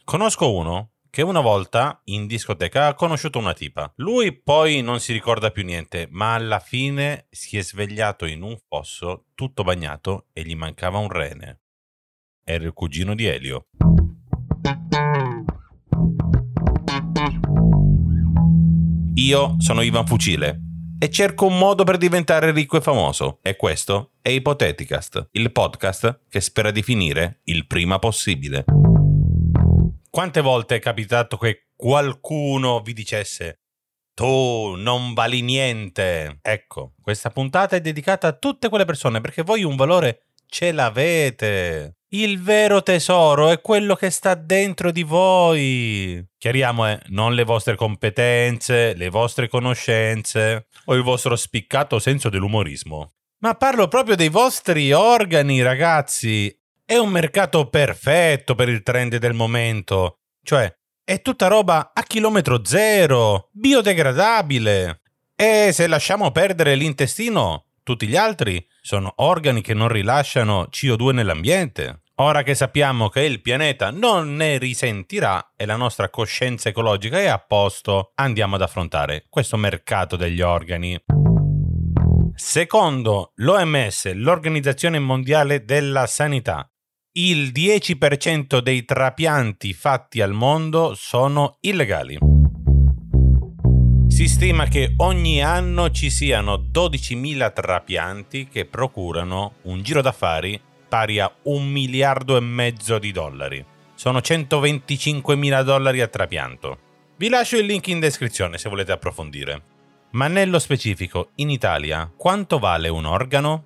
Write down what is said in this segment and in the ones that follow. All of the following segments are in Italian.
Conosco uno che una volta in discoteca ha conosciuto una tipa. Lui poi non si ricorda più niente, ma alla fine si è svegliato in un fosso tutto bagnato e gli mancava un rene. Era il cugino di Elio. Io sono Ivan Fucile e cerco un modo per diventare ricco e famoso. E questo è Ipoteticast, il podcast che spera di finire il prima possibile. Quante volte è capitato che qualcuno vi dicesse tu non vali niente? Ecco, questa puntata è dedicata a tutte quelle persone perché voi un valore ce l'avete. Il vero tesoro è quello che sta dentro di voi. Chiariamo, non le vostre competenze, le vostre conoscenze o il vostro spiccato senso dell'umorismo. Ma parlo proprio dei vostri organi, ragazzi. È un mercato perfetto per il trend del momento. Cioè, è tutta roba a chilometro zero, biodegradabile. E se lasciamo perdere l'intestino, tutti gli altri sono organi che non rilasciano CO2 nell'ambiente. Ora che sappiamo che il pianeta non ne risentirà e la nostra coscienza ecologica è a posto, andiamo ad affrontare questo mercato degli organi. Secondo l'OMS, l'Organizzazione Mondiale della Sanità, il 10% dei trapianti fatti al mondo sono illegali. Si stima che ogni anno ci siano 12.000 trapianti che procurano un giro d'affari pari a $1,5 miliardi. Sono $125.000 a trapianto. Vi lascio il link in descrizione se volete approfondire. Ma nello specifico, in Italia, quanto vale un organo?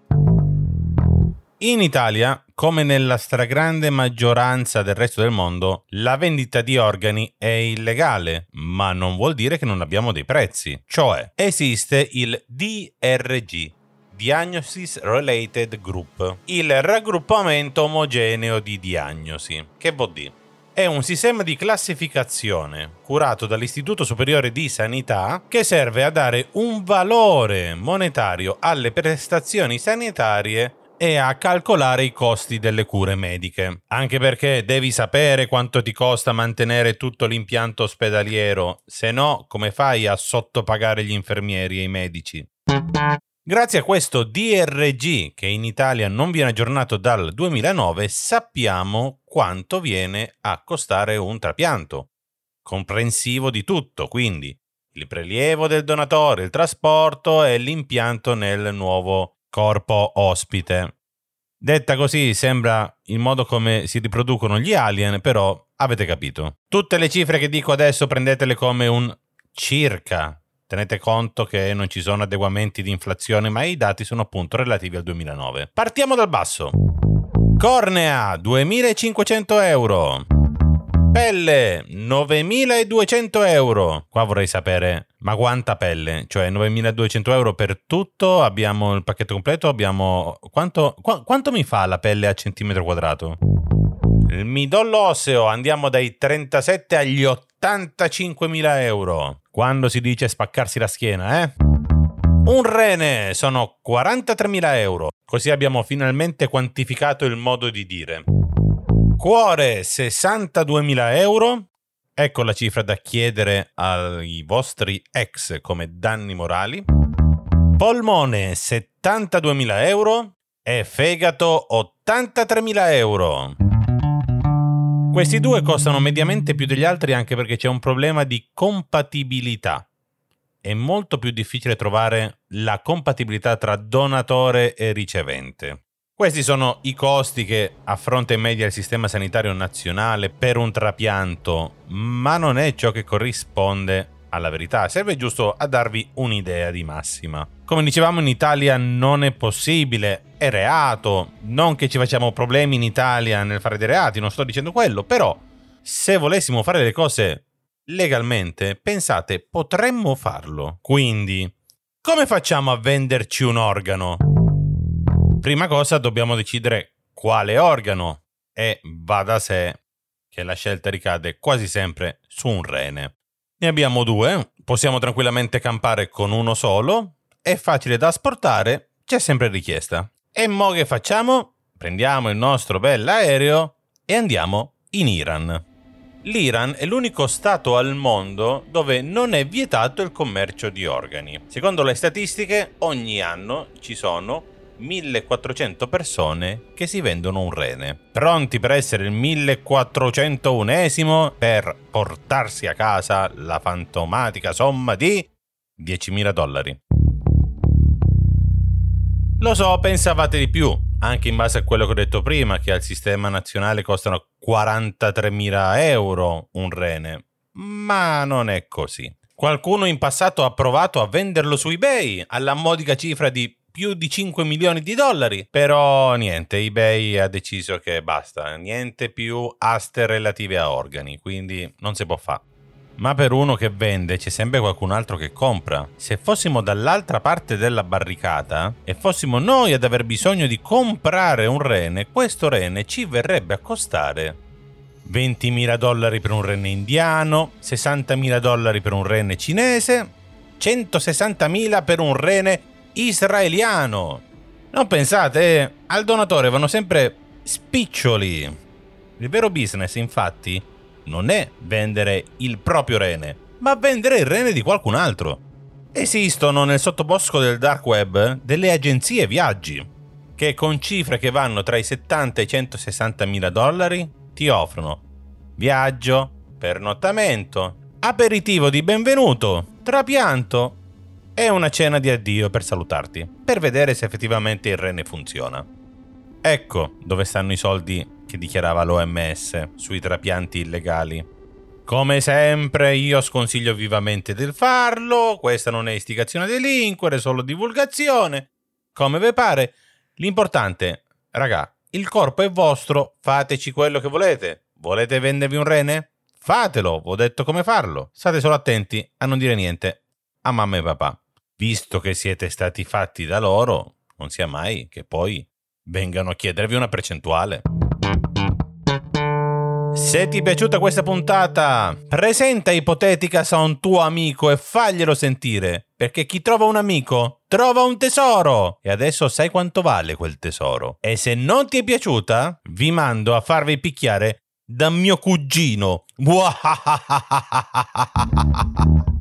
In Italia, come nella stragrande maggioranza del resto del mondo, la vendita di organi è illegale, ma non vuol dire che non abbiamo dei prezzi. Cioè, esiste il DRG, Diagnosis Related Group, il raggruppamento omogeneo di diagnosi. Che vuol dire? È un sistema di classificazione curato dall'Istituto Superiore di Sanità che serve a dare un valore monetario alle prestazioni sanitarie e a calcolare i costi delle cure mediche. Anche perché devi sapere quanto ti costa mantenere tutto l'impianto ospedaliero, se no come fai a sottopagare gli infermieri e i medici? Grazie a questo DRG, che in Italia non viene aggiornato dal 2009, sappiamo quanto viene a costare un trapianto, comprensivo di tutto, quindi il prelievo del donatore, il trasporto e l'impianto nel nuovo corpo ospite. Detta così sembra il modo come si riproducono gli alien, però avete capito. Tutte le cifre che dico adesso prendetele come un circa. Tenete conto che non ci sono adeguamenti di inflazione, ma i dati sono appunto relativi al 2009. Partiamo dal basso. Cornea, 2.500 euro. Pelle, 9.200 euro. Qua vorrei sapere, ma quanta pelle? Cioè 9.200 euro per tutto? Abbiamo il pacchetto completo? Abbiamo... Quanto mi fa la pelle a centimetro quadrato? Il midollo osseo, andiamo dai 37 agli 85.000 euro. Quando si dice spaccarsi la schiena, Un rene sono 43.000 euro. Così abbiamo finalmente quantificato il modo di dire. Cuore, 62.000 euro. Ecco la cifra da chiedere ai vostri ex come danni morali. Polmone, 72.000 euro. E fegato, 83.000 euro. Questi due costano mediamente più degli altri anche perché c'è un problema di compatibilità. È molto più difficile trovare la compatibilità tra donatore e ricevente. Questi sono i costi che affronta in media il sistema sanitario nazionale per un trapianto, ma non è ciò che corrisponde alla verità. Serve giusto a darvi un'idea di massima. Come dicevamo, in Italia non è possibile, è reato. Non che ci facciamo problemi in Italia nel fare dei reati, non sto dicendo quello, però se volessimo fare le cose legalmente, pensate, potremmo farlo. Quindi, come facciamo a venderci un organo? Prima cosa dobbiamo decidere quale organo e va da sé che la scelta ricade quasi sempre su un rene. Ne abbiamo due, possiamo tranquillamente campare con uno solo, è facile da asportare, c'è sempre richiesta. E mo che facciamo? Prendiamo il nostro bell'aereo e andiamo in Iran. L'Iran è l'unico stato al mondo dove non è vietato il commercio di organi. Secondo le statistiche, ogni anno ci sono 1400 persone che si vendono un rene, pronti per essere il 1401esimo per portarsi a casa la fantomatica somma di $10.000. Lo so, pensavate di più, anche in base a quello che ho detto prima, che al sistema nazionale costano 43.000 euro un rene, ma non è così. Qualcuno in passato ha provato a venderlo su eBay alla modica cifra di più di 5 milioni di dollari, però niente, eBay ha deciso che basta, niente più aste relative a organi, quindi non si può fare. Ma per uno che vende c'è sempre qualcun altro che compra. Se fossimo dall'altra parte della barricata e fossimo noi ad aver bisogno di comprare un rene, questo rene ci verrebbe a costare $20.000 per un rene indiano, $60.000 per un rene cinese, $160.000 per un rene israeliano. Non pensate, al donatore vanno sempre spiccioli. Il vero business, infatti, non è vendere il proprio rene, ma vendere il rene di qualcun altro. Esistono nel sottobosco del dark web delle agenzie viaggi che con cifre che vanno tra i 70 e i $160.000 ti offrono viaggio, pernottamento, aperitivo di benvenuto, trapianto e una cena di addio per salutarti, per vedere se effettivamente il rene funziona. Ecco dove stanno i soldi che dichiarava l'OMS sui trapianti illegali. Come sempre io sconsiglio vivamente di farlo, questa non è istigazione a delinquere, è solo divulgazione, come vi pare. L'importante, raga, il corpo è vostro, fateci quello che volete. Volete vendervi un rene? Fatelo, vi ho detto come farlo. State solo attenti a non dire niente a mamma e papà. Visto che siete stati fatti da loro, non sia mai che poi vengano a chiedervi una percentuale. Se ti è piaciuta questa puntata, presenta Ipoteticas a un tuo amico e faglielo sentire, perché chi trova un amico trova un tesoro. E adesso sai quanto vale quel tesoro. E se non ti è piaciuta, vi mando a farvi picchiare da mio cugino.